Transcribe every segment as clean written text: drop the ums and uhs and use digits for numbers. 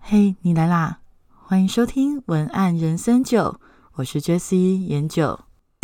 嘿，你来啦！欢迎收听文案人生酒，我是 Jessie 研九。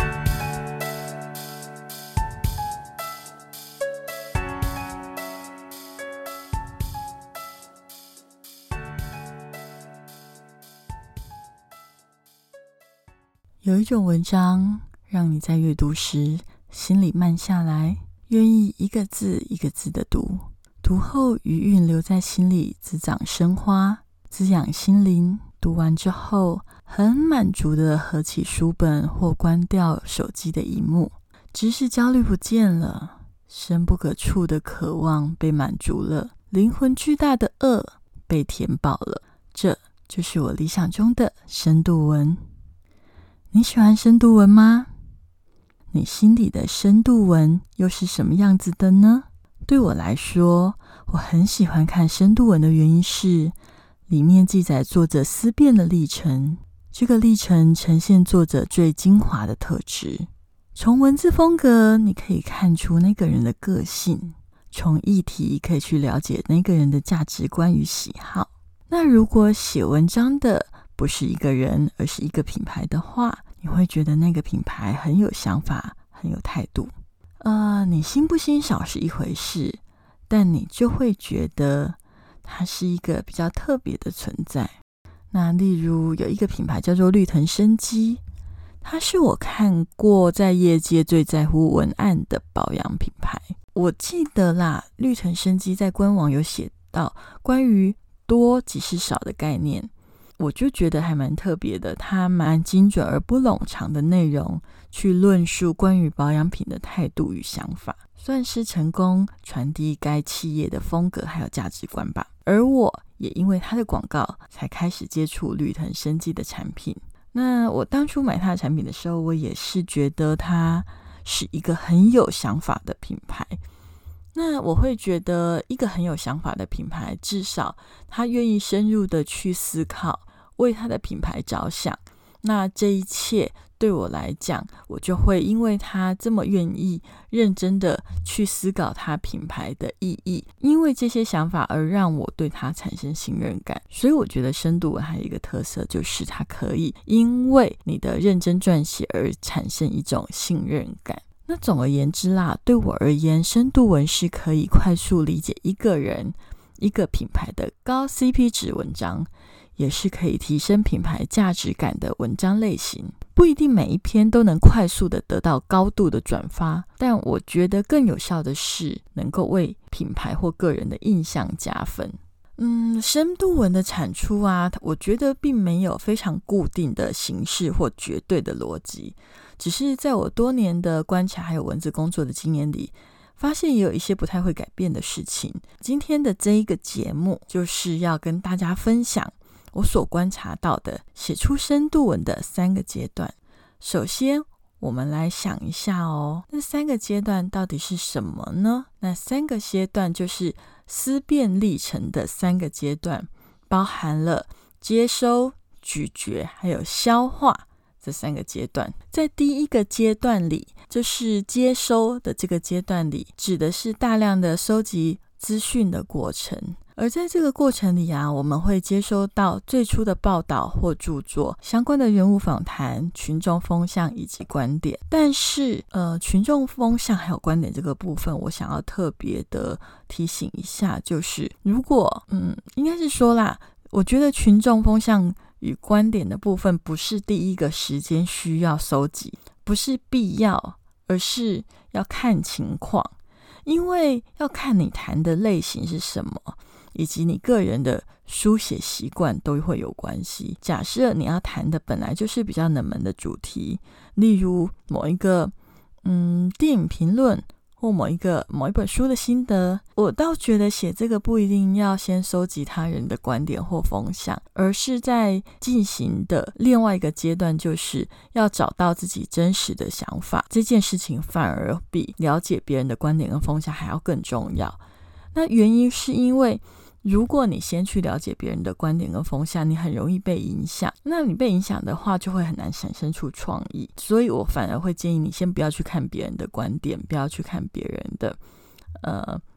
有一种文章让你在阅读时心里慢下来，愿意一个字一个字的读，读后余韵留在心里滋长生花，滋养心灵。读完之后很满足的合起书本或关掉手机的萤幕，知识焦虑不见了，深不可触的渴望被满足了，灵魂巨大的饿被填饱了。这就是我理想中的深度文。你喜欢深度文吗？你心里的深度文又是什么样子的呢？对我来说，我很喜欢看深度文的原因是，里面记载作者思辨的历程，这个历程呈现作者最精华的特质。从文字风格，你可以看出那个人的个性；从议题，可以去了解那个人的价值观与喜好。那如果写文章的不是一个人，而是一个品牌的话，你会觉得那个品牌很有想法，很有态度。你欣不欣赏是一回事，但你就会觉得它是一个比较特别的存在。那例如有一个品牌叫做绿藤生机，它是我看过在业界最在乎文案的保养品牌。我记得啦，绿藤生机在官网有写到关于多即是少的概念，我就觉得还蛮特别的，它蛮精准而不冗长的内容去论述关于保养品的态度与想法，算是成功传递该企业的风格还有价值观吧。而我也因为它的广告才开始接触绿藤生机的产品。那我当初买它的产品的时候，我也是觉得它是一个很有想法的品牌。那我会觉得一个很有想法的品牌，至少他愿意深入的去思考，为他的品牌着想。那这一切对我来讲，我就会因为他这么愿意认真的去思考他品牌的意义，因为这些想法而让我对他产生信任感。所以我觉得深度文还有一个特色，就是它可以因为你的认真撰写而产生一种信任感。那总而言之啦，对我而言，深度文是可以快速理解一个人、一个品牌的高 CP 值文章，也是可以提升品牌价值感的文章类型。不一定每一篇都能快速的得到高度的转发，但我觉得更有效的是能够为品牌或个人的印象加分。深度文的产出啊，我觉得并没有非常固定的形式或绝对的逻辑，只是在我多年的观察还有文字工作的经验里，发现也有一些不太会改变的事情。今天的这一个节目就是要跟大家分享我所观察到的写出深度文的3个阶段。首先我们来想一下哦，那3个阶段到底是什么呢？那3个阶段就是思辨历程的3个阶段，包含了接收、咀嚼还有消化这3个阶段。在第一个阶段里，就是接收的这个阶段里，指的是大量的收集资讯的过程。而在这个过程里啊，我们会接收到最初的报道或著作、相关的人物访谈、群众风向以及观点。但是群众风向还有观点这个部分，我想要特别的提醒一下，就是如果应该是说啦，我觉得群众风向与观点的部分不是第一个时间需要收集，不是必要，而是要看情况。因为要看你谈的类型是什么，以及你个人的书写习惯都会有关系。假设你要谈的本来就是比较冷门的主题，例如某一个电影评论或某一本书的心得，我倒觉得写这个不一定要先收集他人的观点或风向，而是在进行的另外一个阶段，就是要找到自己真实的想法。这件事情反而比了解别人的观点跟风向还要更重要。那原因是因为如果你先去了解别人的观点跟风向，你很容易被影响，那你被影响的话就会很难产生出创意。所以我反而会建议你先不要去看别人的观点，不要去看别人的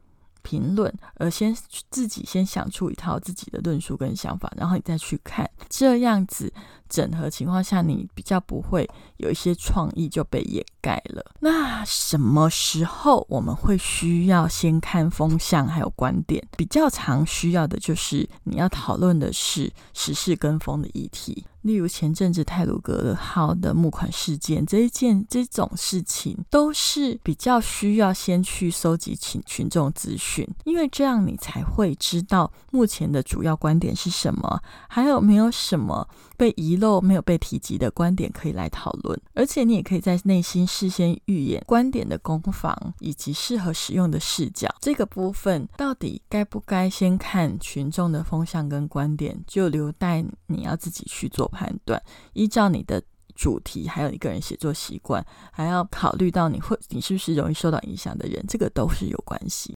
评论，而自己先想出一套自己的论述跟想法，然后你再去看，这样子整合情况下，你比较不会有一些创意就被掩盖了。那什么时候我们会需要先看风向还有观点？比较常需要的就是你要讨论的是时事跟风的议题，例如前阵子太鲁阁号的募款事件，这种事情都是比较需要先去收集群众资讯，因为这样你才会知道目前的主要观点是什么，还有没有什么被遗漏没有被提及的观点可以来讨论。而且你也可以在内心事先预演观点的攻防以及适合使用的视角，这个部分到底该不该先看群众的风向跟观点，就留待你要自己去做判断，依照你的主题还有你个人写作习惯，还要考虑到你是不是容易受到影响的人，这个都是有关系。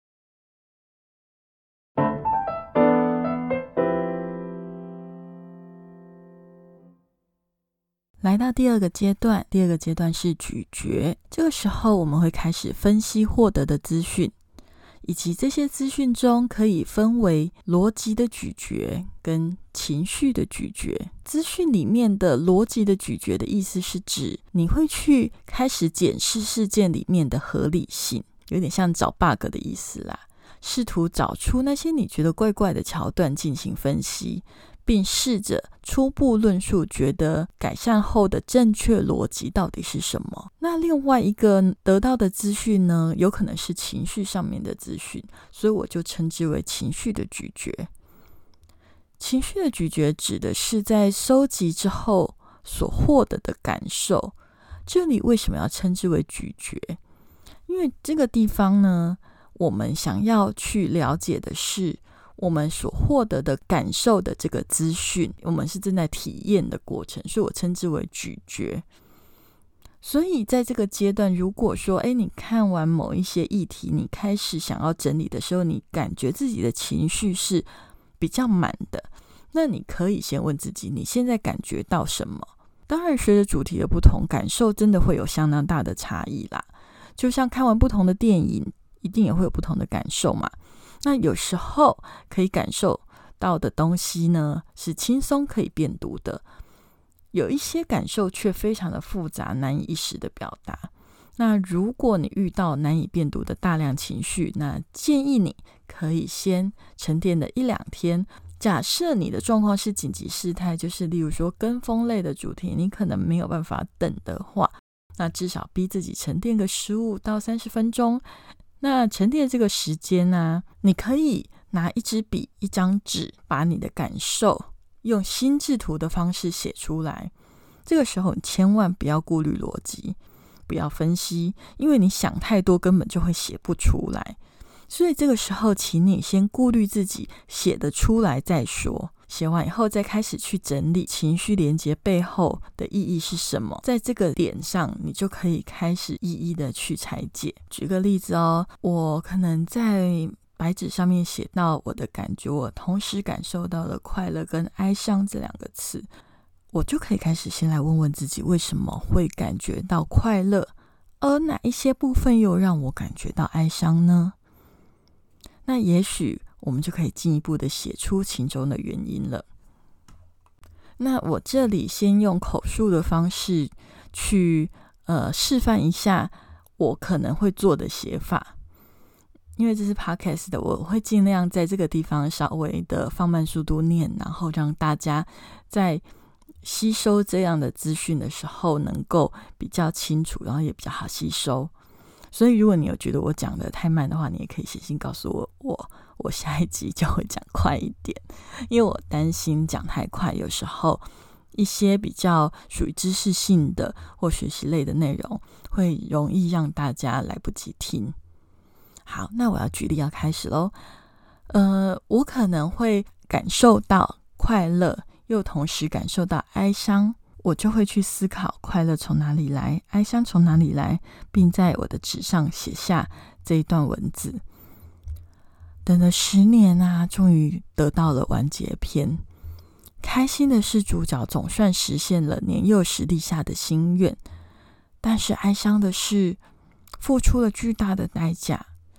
来到第二个阶段是咀嚼，这个时候我们会开始分析获得的资讯，以及这些资讯中可以分为逻辑的咀嚼跟情绪的咀嚼。资讯里面的逻辑的咀嚼的意思是指你会去开始检视事件里面的合理性，有点像找 bug 的意思啦，试图找出那些你觉得怪怪的桥段进行分析，并试着初步论述觉得改善后的正确逻辑到底是什么。那另外一个得到的资讯呢，有可能是情绪上面的资讯，所以我就称之为情绪的咀嚼。情绪的咀嚼指的是在收集之后所获得的感受。这里为什么要称之为咀嚼？因为这个地方呢，我们想要去了解的是我们所获得的感受的这个资讯，我们是正在体验的过程，所以我称之为咀嚼。所以在这个阶段，如果说你看完某一些议题，你开始想要整理的时候，你感觉自己的情绪是比较满的，那你可以先问自己，你现在感觉到什么？当然随着主题的不同，感受真的会有相当大的差异啦。就像看完不同的电影，一定也会有不同的感受嘛。那有时候可以感受到的东西呢，是轻松可以辨读的，有一些感受却非常的复杂，难以一时的表达。那如果你遇到难以辨读的大量情绪，那建议你可以先沉淀的1-2天。假设你的状况是紧急事态，就是例如说跟风类的主题，你可能没有办法等的话，那至少逼自己沉淀个15到30分钟。那沉淀这个时间呢，你可以拿一支笔一张纸，把你的感受用心智图的方式写出来。这个时候你千万不要顾虑逻辑，不要分析，因为你想太多根本就会写不出来。所以这个时候请你先顾虑自己写得出来再说，写完以后再开始去整理情绪连结背后的意义是什么，在这个点上你就可以开始一一的去拆解。举个例子我可能在白纸上面写到我的感觉，我同时感受到了快乐跟哀伤这2个词，我就可以开始先来问问自己，为什么会感觉到快乐，而哪一些部分又让我感觉到哀伤呢？那也许我们就可以进一步的写出其中的原因了。那我这里先用口述的方式去示范一下我可能会做的写法，因为这是 podcast 的，我会尽量在这个地方稍微的放慢速度念，然后让大家在吸收这样的资讯的时候能够比较清楚，然后也比较好吸收。所以如果你有觉得我讲的太慢的话，你也可以写信告诉我下一集就会讲快一点，因为我担心讲太快，有时候一些比较属于知识性的或学习类的内容会容易让大家来不及听。好，那我要举例要开始咯。我可能会感受到快乐，又同时感受到哀伤，我就会去思考快乐从哪里来，哀伤从哪里来，并在我的纸上写下这一段文字。等了10年啊，终于得到了完结篇。开心的是主角总算实现了年幼时立下的心愿，但是哀伤的是付出了巨大的代价。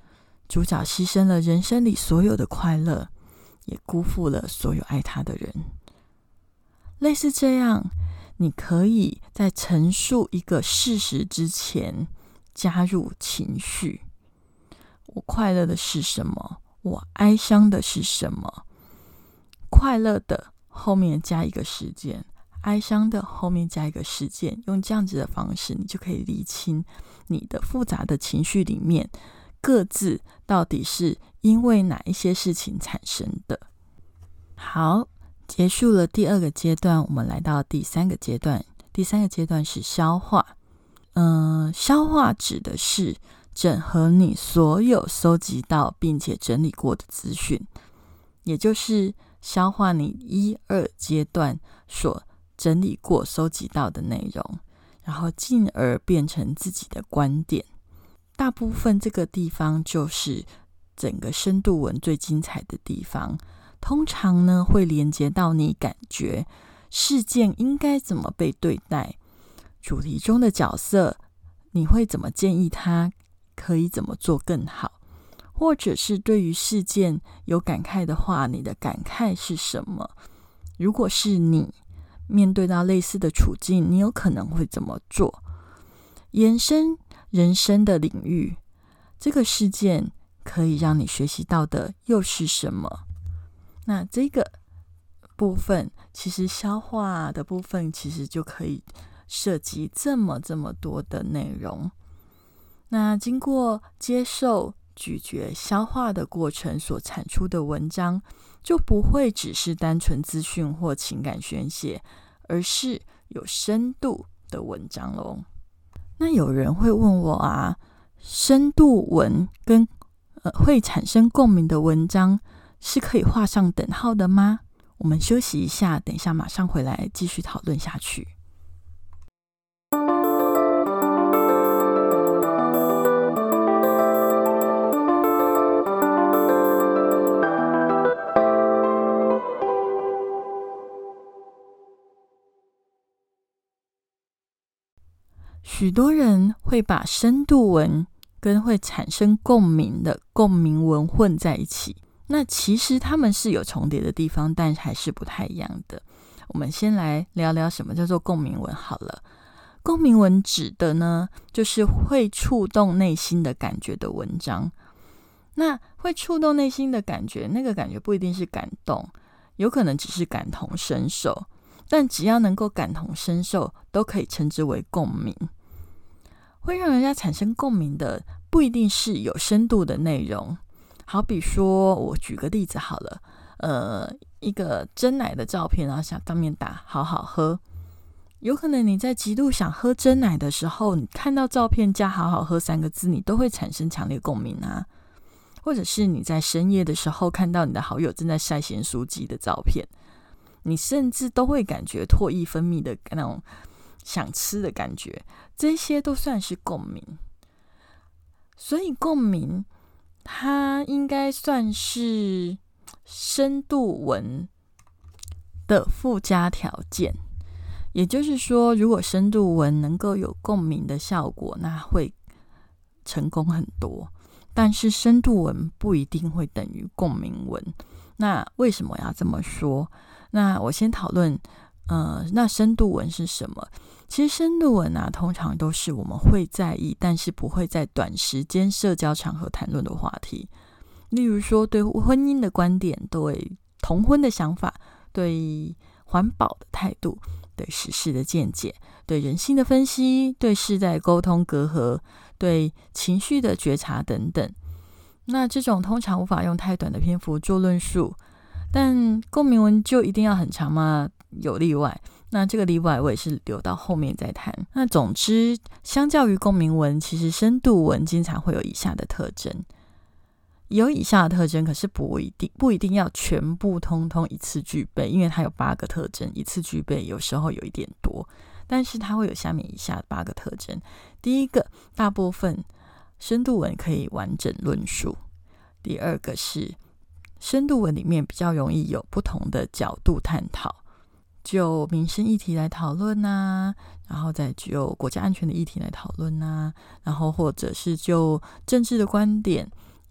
主角牺牲了人生里所有的快乐，也辜负了所有爱他的人。类似这样，你可以在陈述一个事实之前加入情绪。我快乐的是什么？我哀伤的是什么？快乐的后面加一个事件，哀伤的后面加一个事件，用这样子的方式，你就可以理清你的复杂的情绪里面各自到底是因为哪一些事情产生的。好，结束了第2个阶段，我们来到第3个阶段。第3个阶段是消化。消化指的是整合你所有搜集到并且整理过的资讯，也就是消化你1、2阶段所整理过搜集到的内容，然后进而变成自己的观点。大部分这个地方就是整个深度文最精彩的地方，通常呢会连接到你感觉事件应该怎么被对待，主题中的角色你会怎么建议他可以怎么做更好，或者是对于事件有感慨的话，你的感慨是什么？如果是你面对到类似的处境，你有可能会怎么做？延伸人生的领域，这个事件可以让你学习到的又是什么？那这个部分其实消化的部分其实就可以涉及这么多的内容。那经过接受、咀嚼、消化的过程所产出的文章，就不会只是单纯资讯或情感宣泄，而是有深度的文章咯。那有人会问我啊，深度文跟会产生共鸣的文章是可以画上等号的吗？我们休息一下，等一下马上回来继续讨论下去。许多人会把深度文跟会产生共鸣的共鸣文混在一起，那其实他们是有重叠的地方，但还是不太一样的。我们先来聊聊什么叫做共鸣文好了。共鸣文指的呢，就是会触动内心的感觉的文章。那会触动内心的感觉，那个感觉不一定是感动，有可能只是感同身受，但只要能够感同身受，都可以称之为共鸣。会让人家产生共鸣的不一定是有深度的内容，好比说我举个例子好了，一个珍奶的照片，然后上面打好好喝，有可能你在极度想喝珍奶的时候，你看到照片加好好喝3个字，你都会产生强烈共鸣啊。或者是你在深夜的时候看到你的好友正在晒咸酥鸡的照片，你甚至都会感觉唾液分泌的那种想吃的感觉，这些都算是共鸣。所以共鸣它应该算是深度文的附加条件，也就是说，如果深度文能够有共鸣的效果，那会成功很多。但是深度文不一定会等于共鸣文。那为什么要这么说？那我先讨论那深度文是什么？其实深度文啊，通常都是我们会在意，但是不会在短时间社交场合谈论的话题。例如说，对婚姻的观点，对同婚的想法，对环保的态度，对时事的见解，对人性的分析，对世代沟通隔阂，对情绪的觉察等等。那这种通常无法用太短的篇幅做论述，但共鸣文就一定要很长吗？有例外，那这个例外我也是留到后面再谈。那总之，相较于共鸣文，其实深度文经常会有以下的特征，有以下的特征，可是不一定要全部通通一次具备，因为它有8个特征，一次具备有时候有一点多，但是它会有下面以下8个特征。第一个，大部分深度文可以完整论述。第二个是深度文里面比较容易有不同的角度探讨，就民生议题来讨论啊，然后再就国家安全的议题来讨论啊，然后或者是就政治的观点，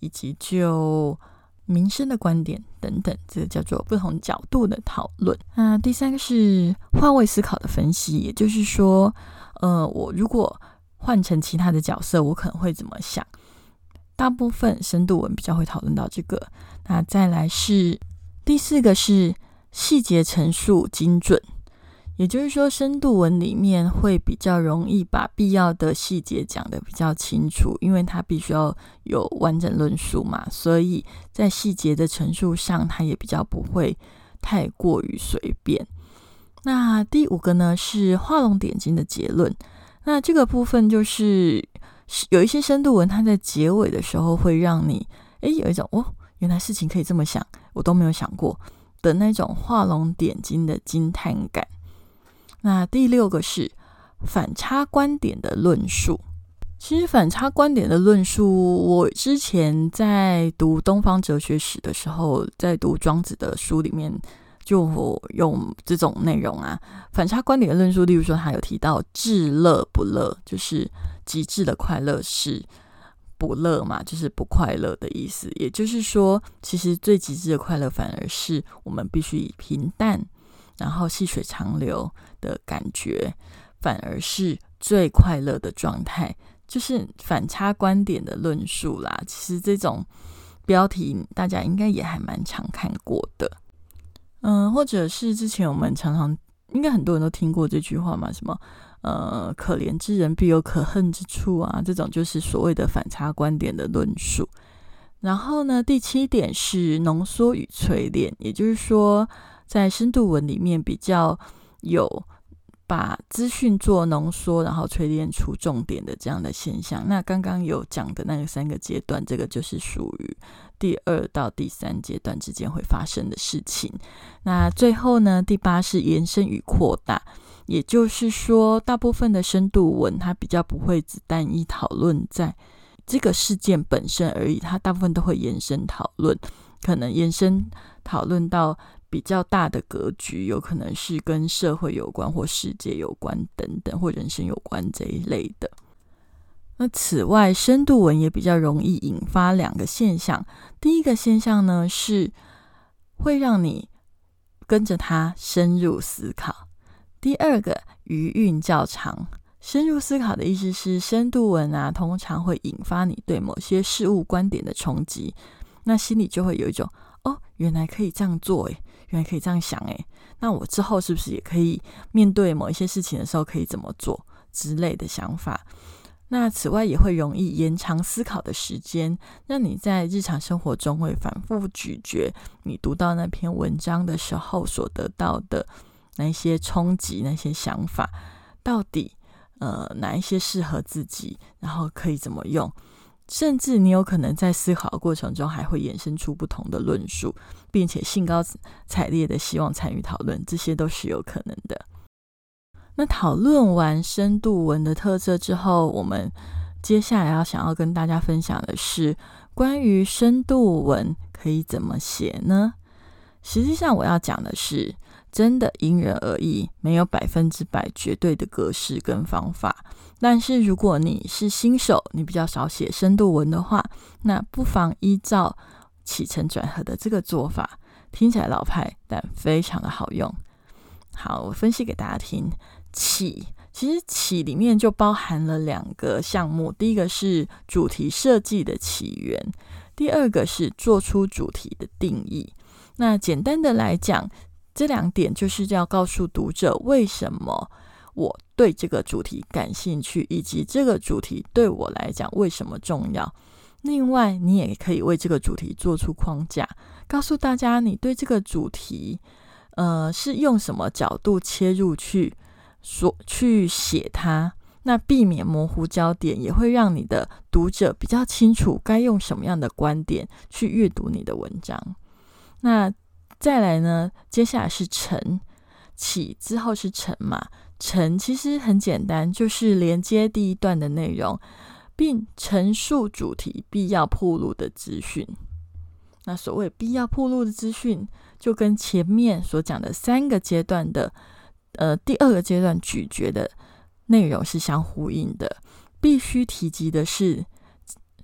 以及就民生的观点等等，这个叫做不同角度的讨论。那第三个是换位思考的分析，也就是说我如果换成其他的角色，我可能会怎么想。大部分深度文比较会讨论到这个。那再来是第四个是细节陈述精准，也就是说深度文里面会比较容易把必要的细节讲得比较清楚，因为它必须要有完整论述嘛，所以在细节的陈述上它也比较不会太过于随便。那第五个呢是画龙点睛的结论。那这个部分就是有一些深度文它在结尾的时候会让你有一种原来事情可以这么想，我都没有想过的那种画龙点睛的惊叹感。那第六个是反差观点的论述。其实反差观点的论述，我之前在读东方哲学史的时候，在读庄子的书里面就用这种内容啊。反差观点的论述，例如说他有提到至乐不乐，就是极致的快乐是不乐嘛，就是不快乐的意思。也就是说其实最极致的快乐反而是我们必须以平淡然后细水长流的感觉，反而是最快乐的状态，就是反差观点的论述啦。其实这种标题大家应该也还蛮常看过的。或者是之前我们常常应该很多人都听过这句话嘛，什么可怜之人必有可恨之处啊，这种就是所谓的反差观点的论述。然后呢，第七点是浓缩与淬炼，也就是说在深度文里面比较有把资讯做浓缩，然后淬炼出重点的这样的现象。那刚刚有讲的那个3个阶段，这个就是属于第2到第3阶段之间会发生的事情。那最后呢，第8是延伸与扩大，也就是说大部分的深度文它比较不会只单一讨论在这个事件本身而已，它大部分都会延伸讨论，可能延伸讨论到比较大的格局，有可能是跟社会有关或世界有关等等，或人生有关这一类的。那此外深度文也比较容易引发2个现象。第一个现象呢是会让你跟着它深入思考，第2个余韵较长。深入思考的意思是深度文啊通常会引发你对某些事物观点的冲击，那心里就会有一种原来可以这样做原来可以这样想那我之后是不是也可以面对某一些事情的时候可以怎么做之类的想法。那此外也会容易延长思考的时间，让你在日常生活中会反复咀嚼你读到那篇文章的时候所得到的那些冲击，那些想法到底哪一些适合自己，然后可以怎么用，甚至你有可能在思考的过程中还会衍生出不同的论述，并且兴高采烈的希望参与讨论，这些都是有可能的。那讨论完深度文的特色之后，我们接下来想要跟大家分享的是关于深度文可以怎么写呢？实际上我要讲的是真的因人而异，没有100%绝对的格式跟方法。但是如果你是新手，你比较少写深度文的话，那不妨依照起承转合的这个做法，听起来老派但非常的好用。好，我分析给大家听。起，其实起里面就包含了2个项目，第一个是主题设计的起源，第2个是做出主题的定义。那简单的来讲，这2点就是要告诉读者为什么我对这个主题感兴趣，以及这个主题对我来讲为什么重要。另外你也可以为这个主题做出框架，告诉大家你对这个主题是用什么角度切入去写它，那避免模糊焦点，也会让你的读者比较清楚该用什么样的观点去阅读你的文章。那再来呢，接下来是承，起之后是承嘛，承其实很简单，就是连接第一段的内容，并陈述主题必要暴露的资讯。那所谓必要暴露的资讯，就跟前面所讲的3个阶段的第2个阶段咀嚼的内容是相呼应的。必须提及的是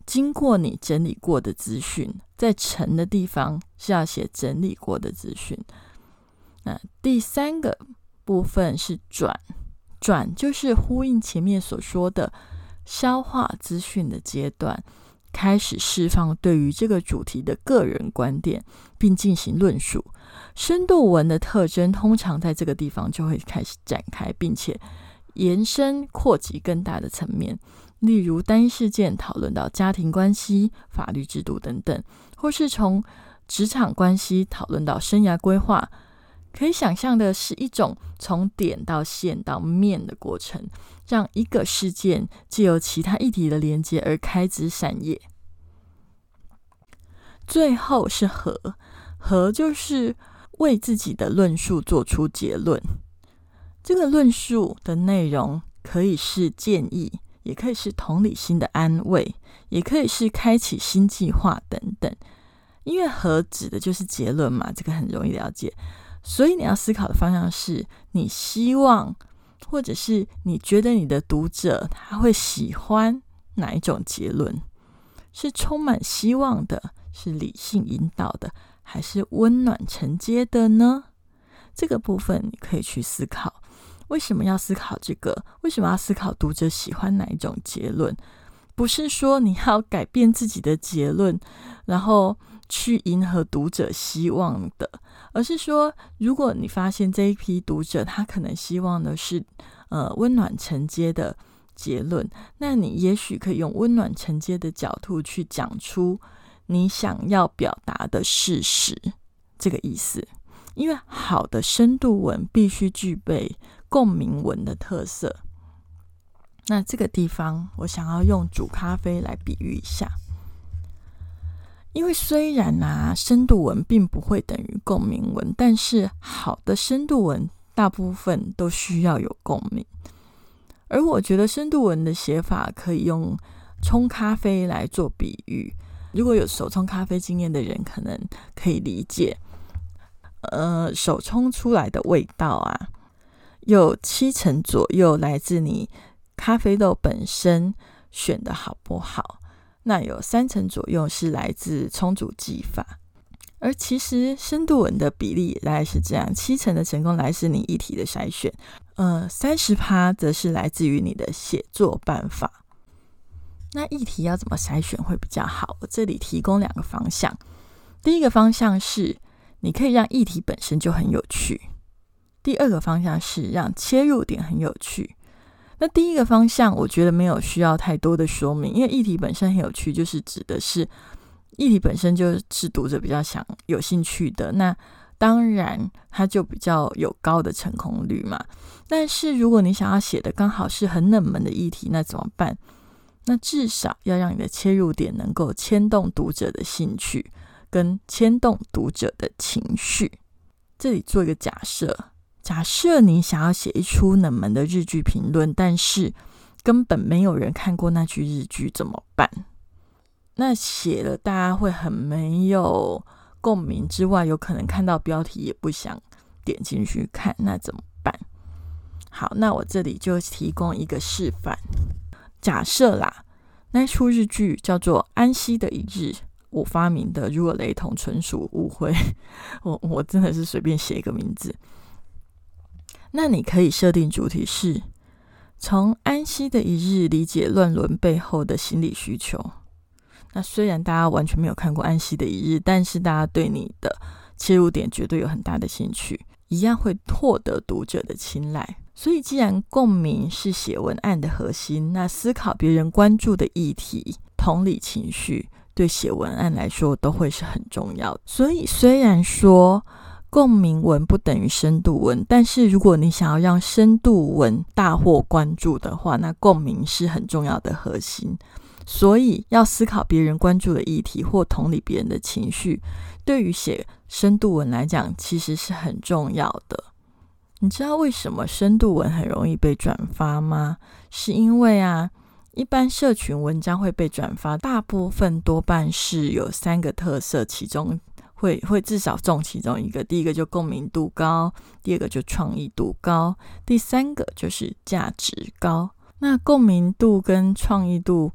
经过你整理过的资讯，在沉的地方是要写整理过的资讯。那第三个部分是转就是呼应前面所说的消化资讯的阶段，开始释放对于这个主题的个人观点，并进行论述。深度文的特征通常在这个地方就会开始展开，并且延伸扩及更大的层面，例如单一事件讨论到家庭关系、法律制度等等，或是从职场关系讨论到生涯规划。可以想象的是一种从点到线到面的过程，让一个事件藉由其他议题的连接而开枝散叶。最后是和就是为自己的论述做出结论。这个论述的内容可以是建议，也可以是同理心的安慰，也可以是开启新计划等等。因为和指的就是结论嘛，这个很容易了解。所以你要思考的方向是，你希望或者是你觉得你的读者他会喜欢哪一种结论？是充满希望的，是理性引导的，还是温暖承接的呢？这个部分你可以去思考。为什么要思考这个？为什么要思考读者喜欢哪一种结论？不是说你要改变自己的结论，然后去迎合读者希望的，而是说，如果你发现这一批读者他可能希望的是温暖承接的结论，那你也许可以用温暖承接的角度去讲出你想要表达的事实，这个意思。因为好的深度文必须具备共鸣文的特色。那这个地方我想要用煮咖啡来比喻一下。因为虽然深度文并不会等于共鸣文，但是好的深度文大部分都需要有共鸣。而我觉得深度文的写法可以用冲咖啡来做比喻。如果有手冲咖啡经验的人可能可以理解，手冲出来的味道有70%左右来自你咖啡豆本身选的好不好，那有30%左右是来自冲煮技法。而其实深度文的比例大概是这样，70%的成功来自你议题的筛选，30% 则是来自于你的写作办法。那议题要怎么筛选会比较好？我这里提供2个方向。第一个方向是你可以让议题本身就很有趣，第二个方向是让切入点很有趣。那第一个方向我觉得没有需要太多的说明，因为议题本身很有趣就是指的是议题本身就是读者比较有兴趣的，那当然它就比较有高的成功率嘛。但是如果你想要写的刚好是很冷门的议题，那怎么办？那至少要让你的切入点能够牵动读者的兴趣跟牵动读者的情绪。这里做一个假设你想要写一出冷门的日剧评论，但是根本没有人看过那句日剧，怎么办？那写了大家会很没有共鸣之外，有可能看到标题也不想点进去看，那怎么办？好，那我这里就提供一个示范。假设那出日剧叫做《安息的一日》，我发明的，如果雷同纯属误会，我真的是随便写一个名字。那你可以设定主题是从安息的一日理解乱伦背后的心理需求。那虽然大家完全没有看过安息的一日，但是大家对你的切入点绝对有很大的兴趣，一样会获得读者的青睐。所以既然共鸣是写文案的核心，那思考别人关注的议题、同理情绪，对写文案来说都会是很重要的。所以虽然说共鸣文不等于深度文，但是如果你想要让深度文大获关注的话，那共鸣是很重要的核心。所以要思考别人关注的议题或同理别人的情绪，对于写深度文来讲其实是很重要的。你知道为什么深度文很容易被转发吗？是因为一般社群文章会被转发，大部分多半是有3个特色，其中会至少中其中一个。第一个就共鸣度高，第二个就创意度高，第3个就是价值高。那共鸣度跟创意度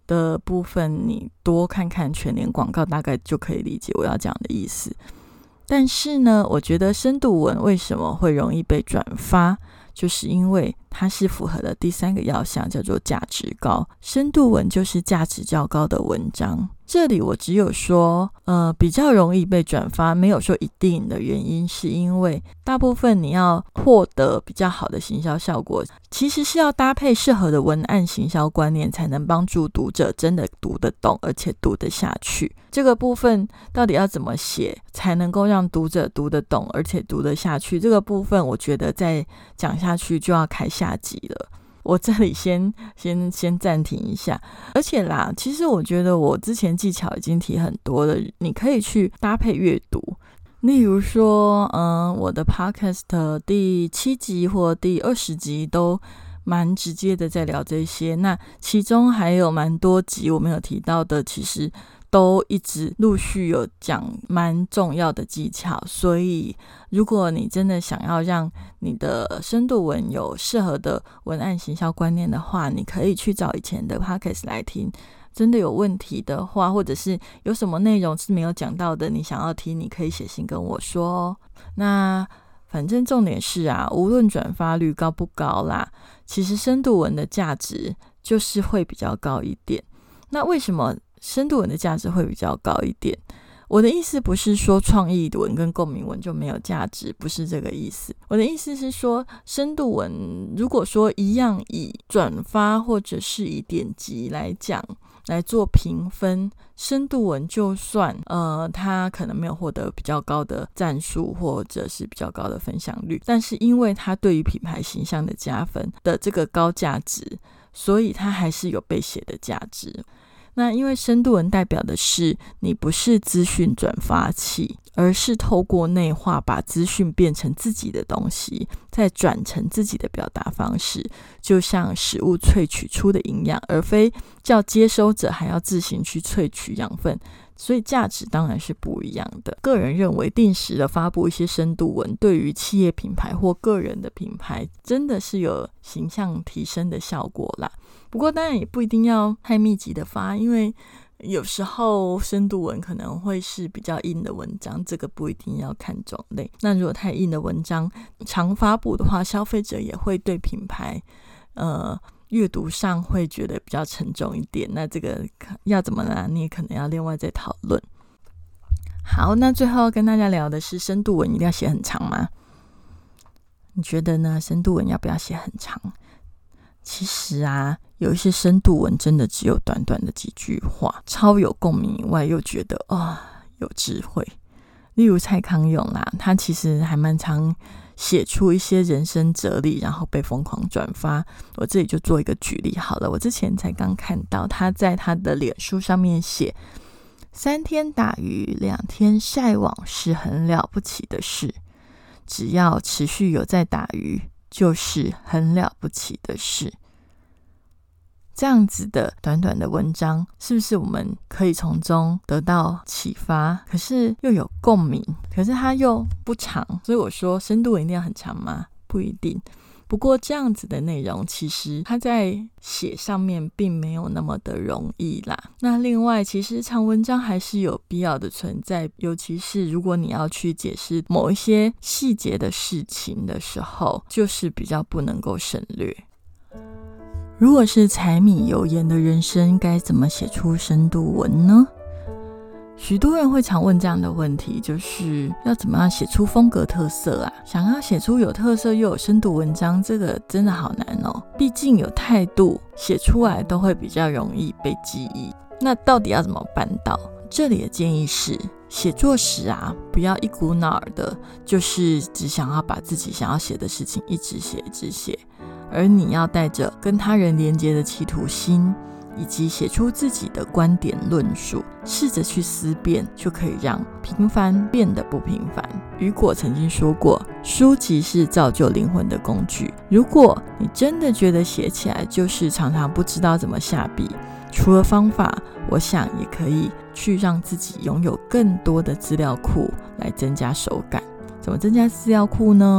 的部分你多看看全联广告，大概就可以理解我要讲的意思。但是呢，我觉得深度文为什么会容易被转发，就是因为它是符合的第3个要项，叫做价值高。深度文就是价值较高的文章。这里我只有说比较容易被转发，没有说一定的原因，是因为大部分你要获得比较好的行销效果，其实是要搭配适合的文案行销观念，才能帮助读者真的读得懂，而且读得下去。这个部分到底要怎么写才能够让读者读得懂而且读得下去，这个部分我觉得再讲下去就要开下集了，我这里先暂停一下。而且啦，其实我觉得我之前技巧已经提很多了，你可以去搭配阅读。例如说我的 podcast 第7集或第20集都蛮直接的在聊这些，那其中还有蛮多集我没有提到的，其实都一直陆续有讲蛮重要的技巧。所以如果你真的想要让你的深度文有适合的文案行销观念的话，你可以去找以前的 podcast 来听。真的有问题的话，或者是有什么内容是没有讲到的，你想要听，你可以写信跟我说哦。那反正重点是无论转发率高不高啦，其实深度文的价值就是会比较高一点。那为什么深度文的价值会比较高一点？我的意思不是说创意文跟共鸣文就没有价值，不是这个意思。我的意思是说，深度文如果说一样以转发或者是以点击来讲来做评分，深度文就算它可能没有获得比较高的赞数或者是比较高的分享率，但是因为它对于品牌形象的加分的这个高价值，所以它还是有被写的价值。那因为深度文代表的是你不是资讯转发器，而是透过内化把资讯变成自己的东西，再转成自己的表达方式，就像食物萃取出的营养，而非叫接收者还要自行去萃取养分，所以价值当然是不一样的。个人认为定时的发布一些深度文，对于企业品牌或个人的品牌真的是有形象提升的效果啦。不过当然也不一定要太密集的发，因为有时候深度文可能会是比较硬的文章，这个不一定要看种类。那如果太硬的文章常发布的话，消费者也会对品牌阅读上会觉得比较沉重一点，那这个要怎么拿捏可能要另外再讨论。好，那最后跟大家聊的是深度文一定要写很长吗？你觉得呢？深度文要不要写很长？其实有一些深度文真的只有短短的几句话，超有共鸣以外又觉得有智慧。例如蔡康永啦，他其实还蛮常写出一些人生哲理，然后被疯狂转发。我这里就做一个举例好了，我之前才刚看到他在他的脸书上面写，3天打鱼2天晒网是很了不起的事，只要持续有在打鱼就是很了不起的事。这样子的短短的文章，是不是我们可以从中得到启发？可是又有共鸣，可是它又不长，所以我说深度文一定要很长吗？不一定。不过这样子的内容其实它在写上面并没有那么的容易啦。那另外其实长文章还是有必要的存在，尤其是如果你要去解释某一些细节的事情的时候，就是比较不能够省略。如果是柴米油盐的人生，该怎么写出深度文呢？许多人会常问这样的问题，就是要怎么样写出风格特色想要写出有特色又有深度文章，这个真的好难哦。毕竟有态度，写出来都会比较容易被记忆。那到底要怎么办到？这里的建议是，写作时不要一股脑儿的，就是只想要把自己想要写的事情一直写，而你要带着跟他人连接的企图心，以及写出自己的观点论述，试着去思辨，就可以让平凡变得不平凡。雨果曾经说过，书籍是造就灵魂的工具。如果你真的觉得写起来就是常常不知道怎么下笔，除了方法，我想也可以去让自己拥有更多的资料库来增加手感。怎么增加资料库呢？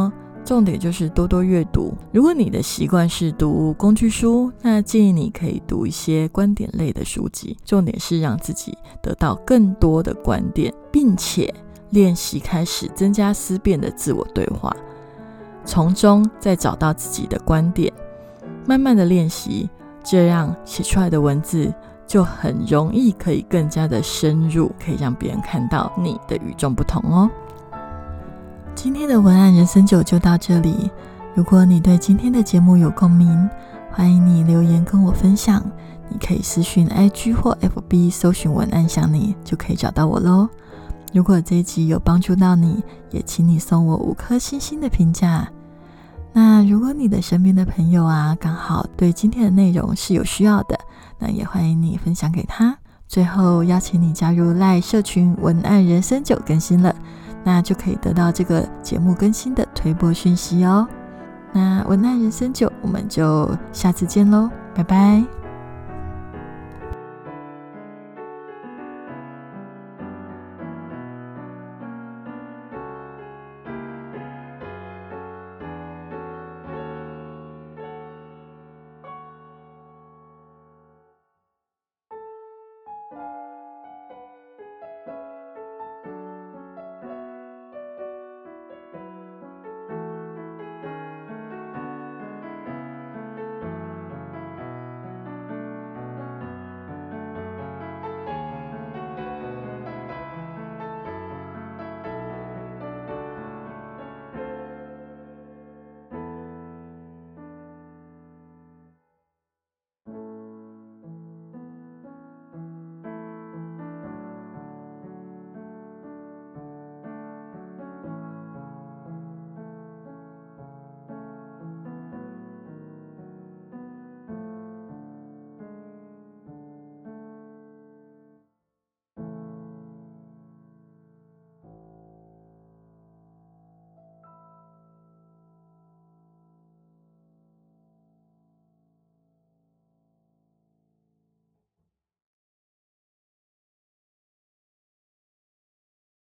重点就是多多阅读。如果你的习惯是读工具书，那建议你可以读一些观点类的书籍，重点是让自己得到更多的观点，并且练习开始增加思辨的自我对话，从中再找到自己的观点，慢慢的练习，这样写出来的文字就很容易可以更加的深入，可以让别人看到你的与众不同哦。今天的文案人生9就到这里，如果你对今天的节目有共鸣，欢迎你留言跟我分享，你可以私讯 IG 或 FB 搜寻文案想你，就可以找到我咯。如果这一集有帮助到你，也请你送我5颗星星的评价。那如果你的身边的朋友啊，刚好对今天的内容是有需要的，那也欢迎你分享给他。最后邀请你加入 LINE 社群文案人生9更新了，那就可以得到这个节目更新的推播讯息哦。那文案人生9我们就下次见咯，拜拜。